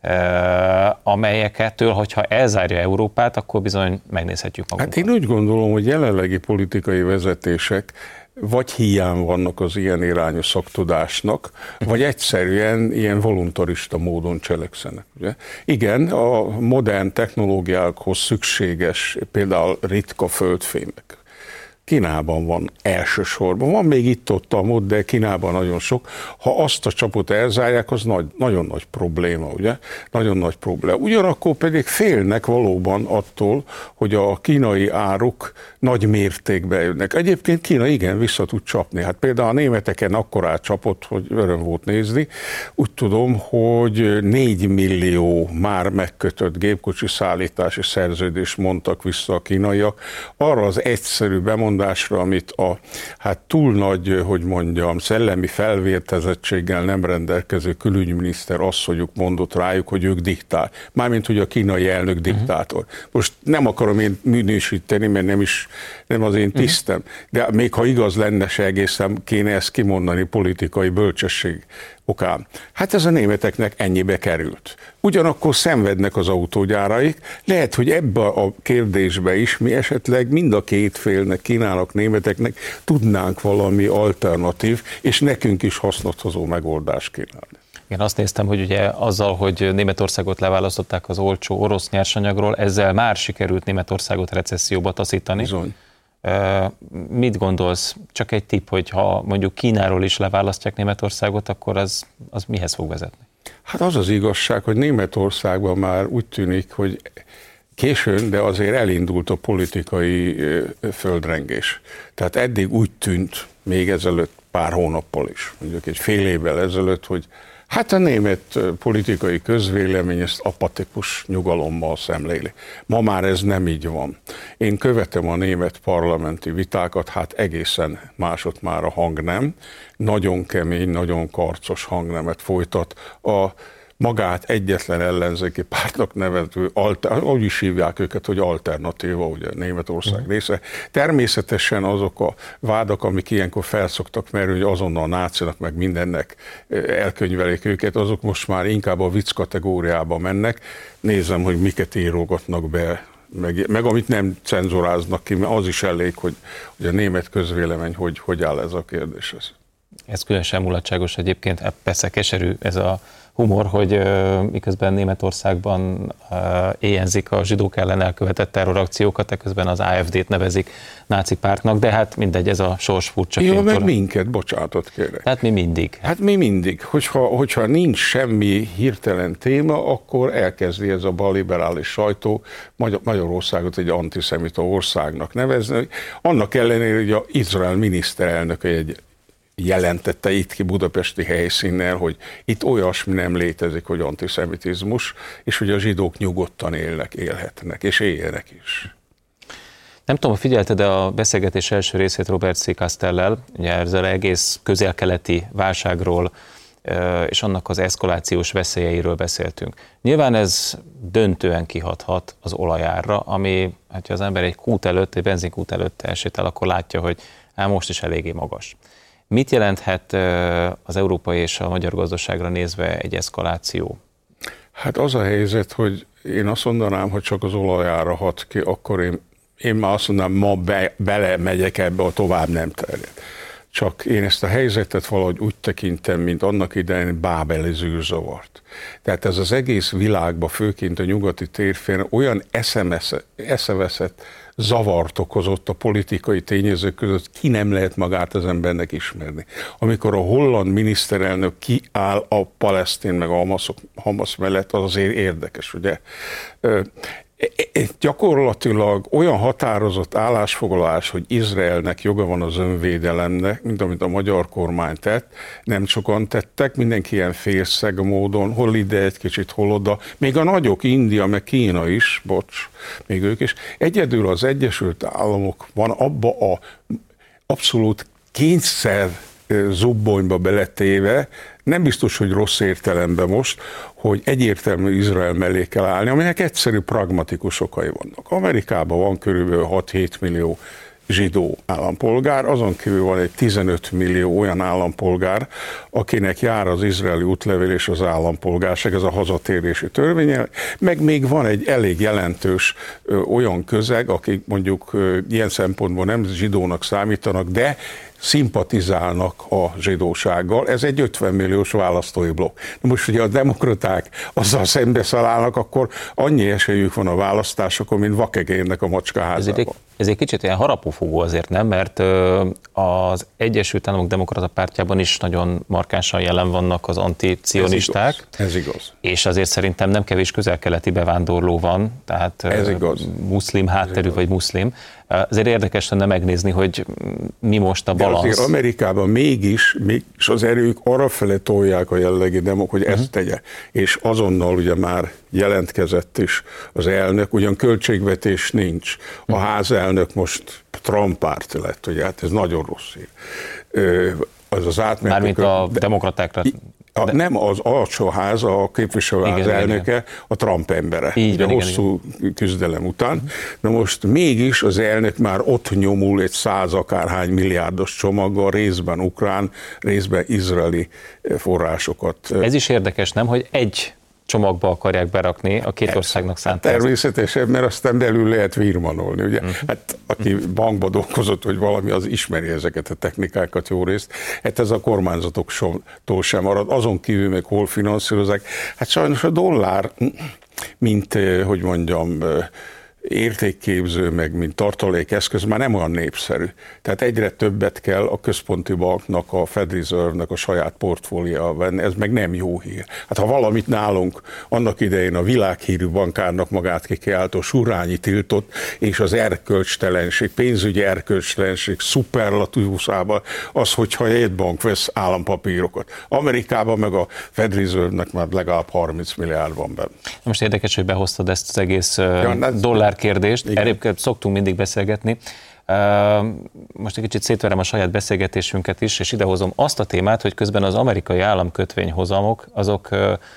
S1: amelyeketől, hogyha elzárja Európát, akkor bizony megnézhetjük magunkat.
S3: Hát én úgy gondolom, hogy jelenlegi politikai vezetések vagy hiány vannak az ilyen irányú szaktudásnak, vagy egyszerűen ilyen voluntarista módon cselekszenek. Ugye? Igen, a modern technológiákhoz szükséges, például ritka földfémek Kínában van elsősorban. Van még itt-ott a mód, de Kínában nagyon sok. Ha azt a csapot elzárják, az nagy, nagyon nagy probléma, ugye? Nagyon nagy probléma. Ugyanakkor pedig félnek valóban attól, hogy a kínai áruk nagy mértékben jönnek. Egyébként Kína igen vissza tud csapni. Hát például a németeken akkorát csapott, hogy öröm volt nézni. Úgy tudom, hogy négy millió már megkötött gépkocsi szállítási szerződést mondtak vissza a kínaiak. Arra az egyszerű bemondásra, amit a hát túl nagy, hogy mondjam, szellemi felvértezettséggel nem rendelkező külügyminiszter asszonyuk mondott rájuk, hogy ők diktál. Mármint, hogy a kínai elnök diktátor. Most nem akarom én minősíteni, mert nem is nem az én tisztem, de még ha igaz lenne, se egészen kéne ezt kimondani politikai bölcsesség okán. Hát ez a németeknek ennyibe került. Ugyanakkor szenvednek az autógyáraik, lehet, hogy ebbe a kérdésbe is mi esetleg mind a két félnek, Kínának, németeknek tudnánk valami alternatív, és nekünk is hasznot hozó megoldást kínálni.
S1: Igen, azt néztem, hogy ugye azzal, hogy Németországot leválasztották az olcsó orosz nyersanyagról, ezzel már sikerült Németországot recesszióba taszítani.
S3: Bizony.
S1: Mit gondolsz? Csak egy tipp, hogy ha mondjuk Kínáról is leválasztják Németországot, akkor az, az mihez fog vezetni?
S3: Hát az az igazság, hogy Németországban már úgy tűnik, hogy későn, de azért elindult a politikai földrengés. Tehát eddig úgy tűnt, még ezelőtt pár hónappal is, mondjuk egy fél évvel ezelőtt, hogy hát a német politikai közvélemény ezt apatikus nyugalommal szemléli. Ma már ez nem így van. Én követem a német parlamenti vitákat, hát egészen másod már a hangnem. Nagyon kemény, nagyon karcos hangnemet folytat a magát egyetlen ellenzéki pártnak nevező, úgy is hívják őket, hogy alternatíva, ugye Németország mm. része. Természetesen azok a vádak, amik ilyenkor felszoktak merülni, hogy azonnal a nácinak, meg mindennek elkönyvelik őket, azok most már inkább a vicc kategóriába mennek. Nézem, hogy miket írogatnak be, meg, meg amit nem cenzoráznak ki, mert az is elég, hogy, hogy a német közvélemény hogy, hogy áll ez a kérdéshez.
S1: Ez különösen mulatságos egyébként, persze keserű ez a humor, hogy uh, miközben Németországban uh, éjjenzik a zsidók ellen elkövetett terrorakciókat, eközben az á ef dét nevezik náci pártnak, de hát mindegy, ez a sors furcsa.
S3: Jó, meg minket, bocsánatot kérek.
S1: Hát mi mindig.
S3: Hát mi mindig. Hogyha, hogyha nincs semmi hirtelen téma, akkor elkezdi ez a balliberális sajtó Magyar, Magyarországot egy antiszemita országnak nevezni. Annak ellenére, hogy az Izrael miniszterelnöke egy jelentette itt ki budapesti helyszínnel, hogy itt olyasmi nem létezik, hogy antiszemitizmus, és hogy a zsidók nyugodtan élnek, élhetnek, és éljenek is.
S1: Nem tudom, figyelted a beszélgetés első részét Robert C. Castellel, ugye ezzel egész közel-keleti válságról és annak az eszkalációs veszélyeiről beszéltünk. Nyilván ez döntően kihathat az olajárra, ami, hát ha az ember egy kút előtt, egy benzinkút előtt elsétál, akkor látja, hogy hát most is eléggé magas. Mit jelenthet az európai és a magyar gazdaságra nézve egy eszkaláció?
S3: Hát az a helyzet, hogy én azt mondanám, hogy csak az olajára hat ki, akkor én, én már azt mondanám, ma be, belemegyek ebbe, a tovább nem terjed. Csak én ezt a helyzetet valahogy úgy tekintem, mint annak idején bábeli zűrzavart. Tehát ez az egész világban, főként a nyugati térféren olyan eszeveszett zavart okozott a politikai tényezők között, ki nem lehet magát az embernek ismerni. Amikor a holland miniszterelnök kiáll a palesztin meg a Hamasz mellett, az azért érdekes, ugye? Gyakorlatilag olyan határozott állásfoglalás, hogy Izraelnek joga van az önvédelemnek, mint amit a magyar kormány tett, nem sokan tettek, mindenki ilyen félszeg módon, hol ide egy kicsit, hol oda, még a nagyok, India, meg Kína is, bocs, még ők is. Egyedül az Egyesült Államok van abba a abszolút kényszer zubbonyba beletéve, nem biztos, hogy rossz értelemben most, hogy egyértelmű Izrael mellé kell állni, aminek egyszerű pragmatikus okai vannak. Amerikában van körülbelül hat-hét millió zsidó állampolgár, azon kívül van egy tizenöt millió olyan állampolgár, akinek jár az izraeli útlevél és az állampolgárság, ez a hazatérési törvény, meg még van egy elég jelentős ö, olyan közeg, akik mondjuk ö, ilyen szempontból nem zsidónak számítanak, de szimpatizálnak a zsidósággal. Ez egy ötven milliós választói blokk. Na most, hogyha a demokraták azzal szembeszállnak, akkor annyi esélyük van a választásokon, mint vakegérnek a macskaházában. Ez,
S1: ez egy kicsit ilyen harapófogó azért, nem? Mert az Egyesült Államok Demokrata Pártjában is nagyon markánsan jelen vannak az anticionisták.
S3: Ez igaz. Ez igaz.
S1: És azért szerintem nem kevés közel-keleti bevándorló van, tehát
S3: ez igaz.
S1: muszlim hátterű vagy muszlim. Azért érdekes lenne megnézni, hogy mi most a balansz.
S3: De azért Amerikában mégis, mégis az erők arrafele tolják a jellegi demok, hogy ezt tegye. És azonnal ugye már jelentkezett is az elnök, ugyan költségvetés nincs. A házelnök most Trump párt lett, ugye, hát ez nagyon rossz hír. Az az átmenetük...
S1: Mármint a demokratákra...
S3: A, nem az alsóház, a képviselőház igen, elnöke, igen. A Trump embere, így ugye igen, hosszú igen. küzdelem után. Na most mégis az elnök már ott nyomul egy száz akárhány milliárdos csomaggal, részben ukrán, részben izraeli forrásokat.
S1: Ez is érdekes, nem, hogy egy csomagba akarják berakni a két országnak szánt.
S3: Hát természetesen, mert aztán belül lehet virmanolni, ugye? Uh-huh. Hát aki bankba dolgozott, hogy valami, az ismeri ezeket a technikákat jó részt. Hát ez a kormányzatoktól sem marad. Azon kívül meg hol finanszírozzák. Hát sajnos a dollár, mint, hogy mondjam, értékképző, meg mint tartalékeszköz már nem olyan népszerű. Tehát egyre többet kell a központi banknak, a Fed Reserve-nek a saját portfólióval venni, ez meg nem jó hír. Hát ha valamit nálunk annak idején a világhírű bankárnak magát kikiáltó Surányi tiltott, és az erkölcstelenség, pénzügyi erkölcstelenség szuperlatívuszában az, hogyha egy bank vesz állampapírokat. Amerikában meg a Fed Reserve-nek már legalább harminc milliárd van benne.
S1: Most érdekes, hogy behoztad ezt az egész ja, dollár kérdést. Erről szoktunk mindig beszélgetni. Most egy kicsit szétverem a saját beszélgetésünket is, és idehozom azt a témát, hogy közben az amerikai államkötvényhozamok, azok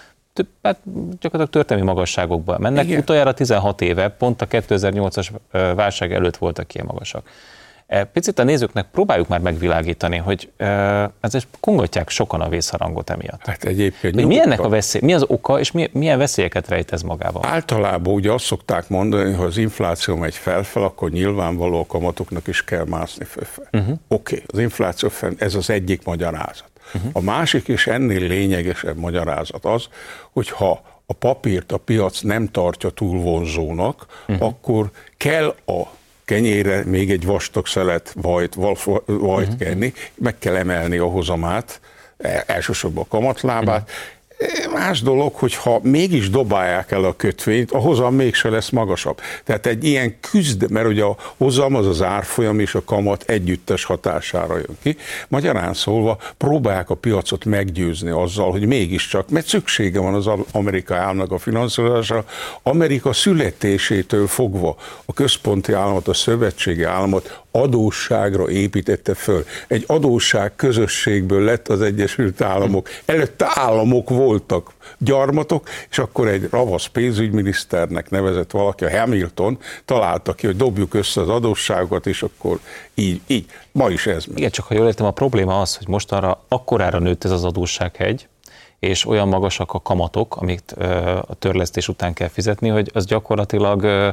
S1: hát gyakorlatilag történelmi magasságokban mennek. Igen. Utoljára tizenhat éve, pont a kétezer-nyolcas válság előtt voltak ilyen magasak. Picit a nézőknek próbáljuk már megvilágítani, hogy ezért kongatják sokan a vészharangot emiatt.
S3: Hát egyébként
S1: mi ennek a veszély, mi az oka, és mi, milyen veszélyeket rejt ez magában?
S3: Általában ugye azt szokták mondani, hogy az infláció megy felfel, akkor nyilvánvaló a kamatoknak is kell mászni felfel. Uh-huh. Oké, okay, az infláció fel, ez az egyik magyarázat. Uh-huh. A másik és ennél lényegesebb magyarázat az, hogyha a papírt a piac nem tartja túl vonzónak, uh-huh. akkor kell a kenyére még egy vastag szelet vajt, vajt uh-huh. kenni, meg kell emelni a hozamát, elsősorban a kamatlábát. Uh-huh. Más dolog, hogyha mégis dobálják el a kötvényt, a hozam mégse lesz magasabb. Tehát egy ilyen küzd, mert ugye a hozam az az árfolyam és a kamat együttes hatására jön ki. Magyarán szólva próbálják a piacot meggyőzni azzal, hogy mégiscsak, mert szüksége van az amerikai államnak a finanszírozásra. Amerika születésétől fogva a központi államot, a szövetségi államot adósságra építette föl. Egy adósság közösségből lett az Egyesült Államok. Előtte államok voltak, gyarmatok, és akkor egy ravasz pénzügyminiszternek nevezett valaki, a Hamilton, találta ki, hogy dobjuk össze az adósságokat, és akkor így, így. Ma is ez.
S1: Igen, csak ha jól értem, a probléma az, hogy mostanra akkorára nőtt ez az adóssághegy, és olyan magasak a kamatok, amit a törlesztés után kell fizetni, hogy az gyakorlatilag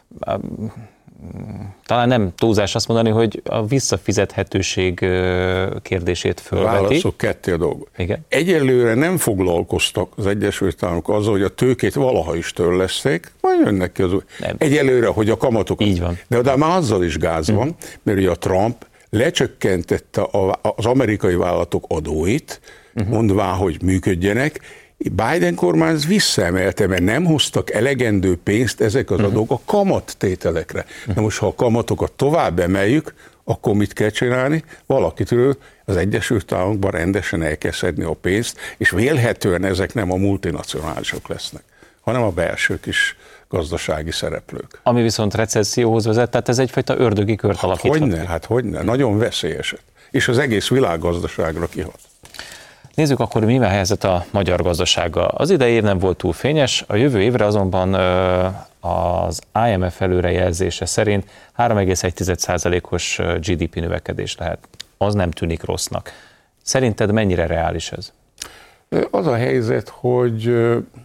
S1: talán nem túlzás azt mondani, hogy a visszafizethetőség kérdését fölveti.
S3: Válaszok ketté a dolgot.
S1: Igen.
S3: Egyelőre nem foglalkoztak az Egyesült Államok azzal, hogy a tőkét valaha is törleszték, majd jönnek ki az új. Nem. Egyelőre, hogy a kamatokat.
S1: Így van.
S3: De, de már azzal is gáz van, hmm. mert ugye a Trump lecsökkentette az amerikai vállalatok adóit, uh-huh. mondván, hogy működjenek. Biden kormány visszaemelte, mert nem hoztak elegendő pénzt ezek az adók a kamattételekre. Na most, ha a kamatokat tovább emeljük, akkor mit kell csinálni? Valakitől az Egyesült Államokban rendesen el kell szedni a pénzt, és vélhetően ezek nem a multinacionálisok lesznek, hanem a belső kis gazdasági szereplők.
S1: Ami viszont recesszióhoz vezet, tehát ez egyfajta ördögi kört
S3: hát
S1: alakíthat.
S3: Hogyne, hát hogyne, nagyon veszélyes. És az egész világgazdaságra kihat.
S1: Nézzük akkor, mi a helyzet a magyar gazdasággal. Az idei év nem volt túl fényes, a jövő évre azonban az I M F előrejelzése szerint három egész egy százalékos G D P növekedés lehet. Az nem tűnik rossznak. Szerinted mennyire reális ez?
S3: Az a helyzet, hogy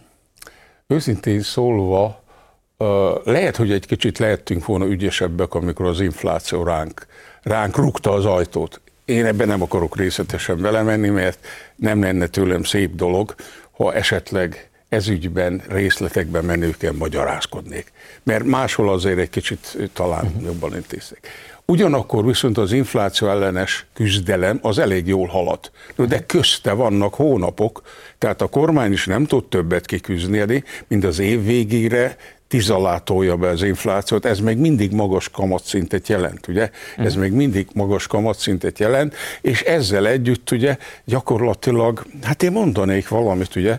S3: őszintén szólva, lehet, hogy egy kicsit lehettünk volna ügyesebbek, amikor az infláció ránk, ránk rúgta az ajtót. Én ebben nem akarok részletesen belemenni, mert nem lenne tőlem szép dolog, ha esetleg ezügyben, részletekben menőken magyarázkodnék. Mert máshol azért egy kicsit talán uh-huh. jobban intézték. Ugyanakkor viszont az infláció ellenes küzdelem az elég jól halad. De közte vannak hónapok, tehát a kormány is nem tud többet kiküzdeni, mint az év végére tíz alá tolja be az inflációt, ez még mindig magas kamatszintet jelent, ugye? Ez még mindig magas kamatszintet jelent, és ezzel együtt ugye gyakorlatilag, hát én mondanék valamit, ugye,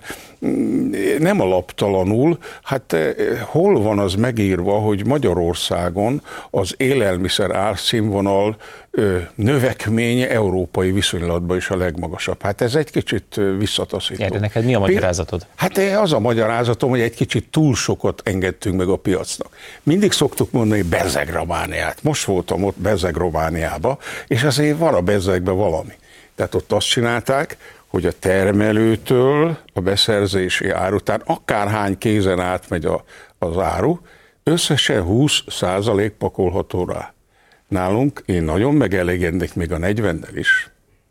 S3: nem alaptalanul, hát hol van az megírva, hogy Magyarországon az élelmiszer árszínvonal növekménye európai viszonylatban is a legmagasabb. Hát ez egy kicsit visszataszító.
S1: De neked mi a magyarázatod?
S3: Hát az a magyarázatom, hogy egy kicsit túl sokat engedtünk meg a piacnak. Mindig szoktuk mondani bezzeg Romániát. Most voltam ott bezzeg Romániába, és azért van a bezzegben valami. Tehát ott azt csinálták, hogy a termelőtől a beszerzési áru után akárhány kézen átmegy a, az áru, összesen húsz százalék pakolható rá. Nálunk én nagyon megelégednék még a negyvennel is.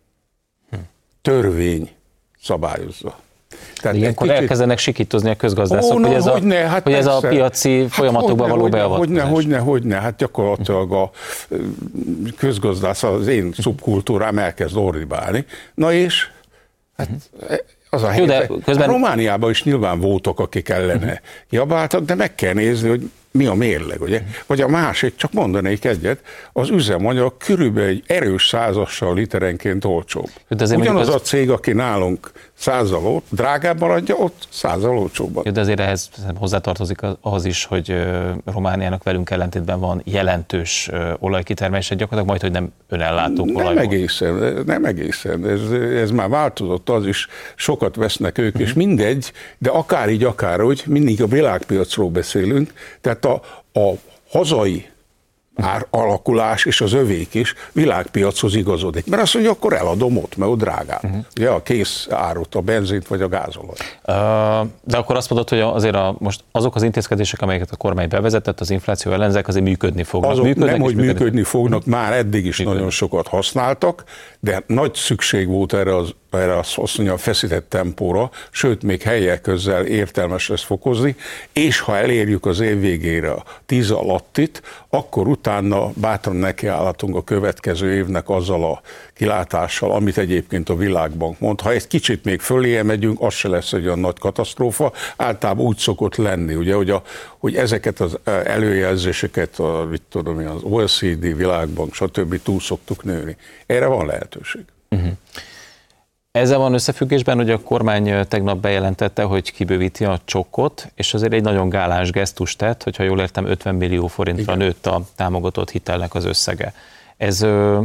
S3: Törvény szabályozza.
S1: Tehát ilyenkor kicsit... elkezdenek sikítozni a közgazdászok,
S3: Ó, no,
S1: hogy, ez,
S3: hogyne,
S1: a,
S3: hát
S1: hogy ez a piaci hát folyamatokba hogyne, való beavatkozás.
S3: Hogyne, hogyne, hogyne, hát gyakorlatilag a közgazdász, az én szubkultúrám elkezd ordibálni. Na és hát az a helyzet. Közben... Romániában is nyilván voltak, akik ellene jabáltak, de meg kell nézni, hogy mi a mérleg, ugye? Vagy a másik, csak mondanék egyet, az üzemanyag körülbelül egy erős százassal literenként olcsóbb. Ugyanaz az... a cég, aki nálunk százzal drágábban adja, ott százzal olcsóbban.
S1: De azért ehhez hozzátartozik az is, hogy Romániának velünk ellentétben van jelentős olajkitermelése, gyakorlatilag majd, hogy nem önellátók olajból.
S3: Nem egészen, nem egészen. Ez, ez már változott, az is, sokat vesznek ők, uh-huh. és mindegy, de akár így, akár úgy, mindig a világpiacról beszélünk, tehát a, a hazai ár alakulás és az övék is világpiachoz igazodik. Mert azt mondja, akkor eladom ott, mert ott drágább. Uh-huh. Ugye a kész árut, a benzint vagy a gázolajat.
S1: Uh, de akkor azt mondod, hogy azért a, most azok az intézkedések, amelyeket a kormány bevezetett, az infláció ellenzek, azért működni fognak.
S3: Azok
S1: Működnek
S3: nem, hogy
S1: működni,
S3: működni fognak, már eddig is működni. Nagyon sokat használtak, de nagy szükség volt erre az erre azt mondja, a feszített tempóra, sőt, még helyek közel értelmes lesz fokozni, és ha elérjük az év végére a tíz alattit, akkor utána bátran nekiállhatunk a következő évnek azzal a kilátással, amit egyébként a Világbank mond. Ha egy kicsit még föléje megyünk, az se lesz egy olyan nagy katasztrófa. Általában úgy szokott lenni, ugye, hogy, a, hogy ezeket az előjelzéseket, a, mit tudom, az O E C D, Világbank, stb. Túl szoktuk nőni. Erre van lehetőség. Uh-huh.
S1: Ezzel van összefüggésben, hogy a kormány tegnap bejelentette, hogy kibővíti a csokkot, és azért egy nagyon gáláns gesztust tett, hogyha jól értem, ötven millió forintra Igen. nőtt a támogatott hitelnek az összege. Ez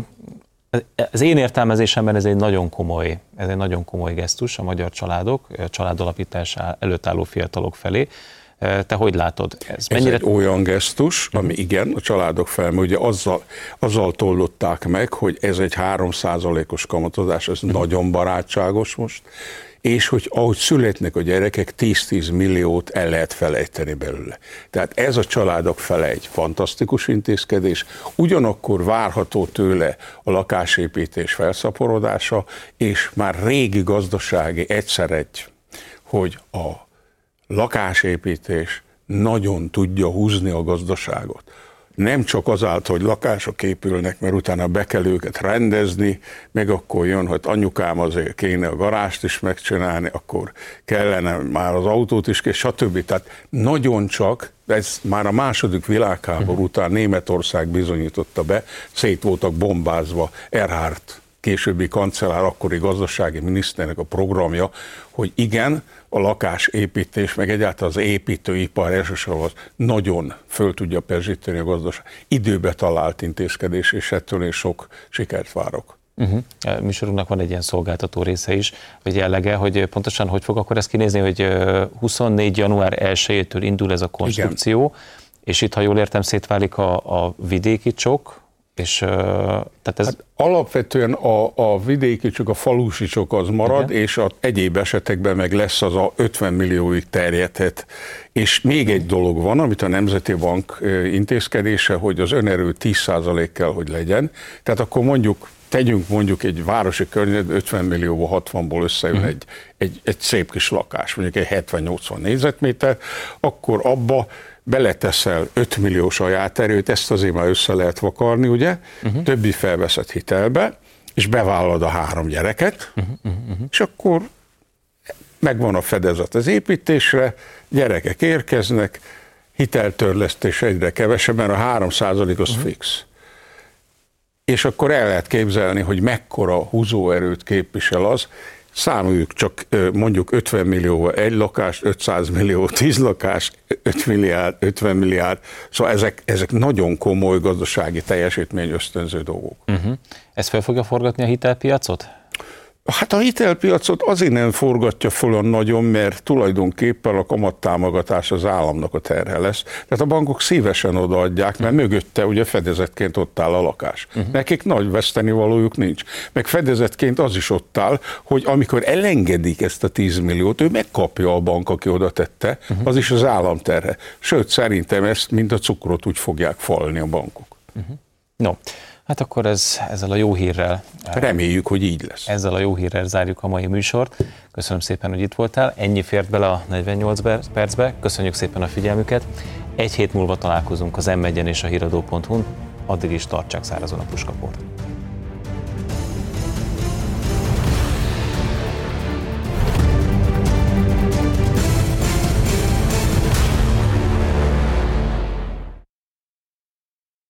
S1: az én értelmezésemben ez egy nagyon komoly, ez egy nagyon komoly gesztus a magyar családok, a családalapítás előtt álló fiatalok felé. Te hogy látod?
S3: Ez, mennyire... ez egy olyan gesztus, ami igen, a családok felme, ugye azzal, azzal tollották meg, hogy ez egy három százalékos kamatozás, ez uh-huh. nagyon barátságos most, és hogy ahogy születnek a gyerekek, tíz-tíz milliót el lehet felejteni belőle. Tehát ez a családok fele egy fantasztikus intézkedés, ugyanakkor várható tőle a lakásépítés felszaporodása, és már régi gazdasági egyszer egy, hogy a lakásépítés nagyon tudja húzni a gazdaságot. Nem csak azáltal, hogy lakások épülnek, mert utána be kell őket rendezni, meg akkor jön, hogy anyukám azért kéne a garást is megcsinálni, akkor kellene már az autót is, és stb. Tehát nagyon csak, de ez már a második világháború után Németország bizonyította be, szét voltak bombázva Erhard, későbbi kancellár, akkori gazdasági miniszternek a programja, hogy igen, a lakásépítés, meg egyáltalán az építőipar elsősorban nagyon föl tudja perzsíteni a gazdaság. Időbe talált intézkedés, és ettől én sok sikert várok.
S1: Uh-huh. A műsorunknak van egy ilyen szolgáltató része is, vagy jellege, hogy pontosan hogy fog akkor ezt kinézni, hogy huszonnégy január elsejétől indul ez a konstrukció, igen. És itt, ha jól értem, szétválik a, a vidéki csok, és uh, tehát ez...
S3: Hát alapvetően a, a vidéki csok, a falusi csok az marad, igen. És az egyéb esetekben meg lesz az a ötven millióig terjedhet. És még egy dolog van, amit a Nemzeti Bank intézkedése, hogy az önerő tíz százalék kell, hogy legyen. Tehát akkor mondjuk, tegyünk mondjuk egy városi környezetben ötven millióból, hatvanból összejön uh-huh. egy, egy, egy szép kis lakás, mondjuk egy hetven-nyolcvan négyzetméter, akkor abba beleteszel öt millió saját erőt, ezt azért már össze lehet vakarni, ugye? Uh-huh. Többi felveszed hitelbe, és bevállalod a három gyereket, uh-huh, uh-huh. és akkor megvan a fedezet az építésre, gyerekek érkeznek, hiteltörlesztés egyre kevesebb, mert a három százalék az uh-huh. fix. És akkor el lehet képzelni, hogy mekkora húzóerőt képvisel az, számoljuk csak mondjuk ötven millióval egy lakást, ötszáz millió, tíz lakást, öt milliárd, ötven milliárd, szóval ezek, ezek nagyon komoly gazdasági teljesítmény ösztönző dolgok.
S1: Uh-huh. Ez fel fogja forgatni a hitelpiacot?
S3: Hát a hitelpiacot azért nem forgatja föl a nagyon, mert tulajdonképpen a kamattámogatás az államnak a terhe lesz. Tehát a bankok szívesen odaadják, mert mögötte ugye fedezetként ott áll a lakás. Uh-huh. Nekik nagy vesztenivalójuk nincs. Meg fedezetként az is ott áll, hogy amikor elengedik ezt a tíz milliót, ő megkapja a bank, aki oda tette, uh-huh. az is az állam terhe. Sőt, szerintem ezt, mint a cukrot, úgy fogják falni a bankok.
S1: Uh-huh. No. Hát akkor ez, ezzel a jó hírrel...
S3: Reméljük, hogy így lesz.
S1: Ezzel a jó hírrel zárjuk a mai műsort. Köszönöm szépen, hogy itt voltál. Ennyi fért bele a negyvennyolc percbe. Köszönjük szépen a figyelmüket. Egy hét múlva találkozunk az em egyen és a híradó pont hu-n. Addig is tartsák szárazon a puskaport.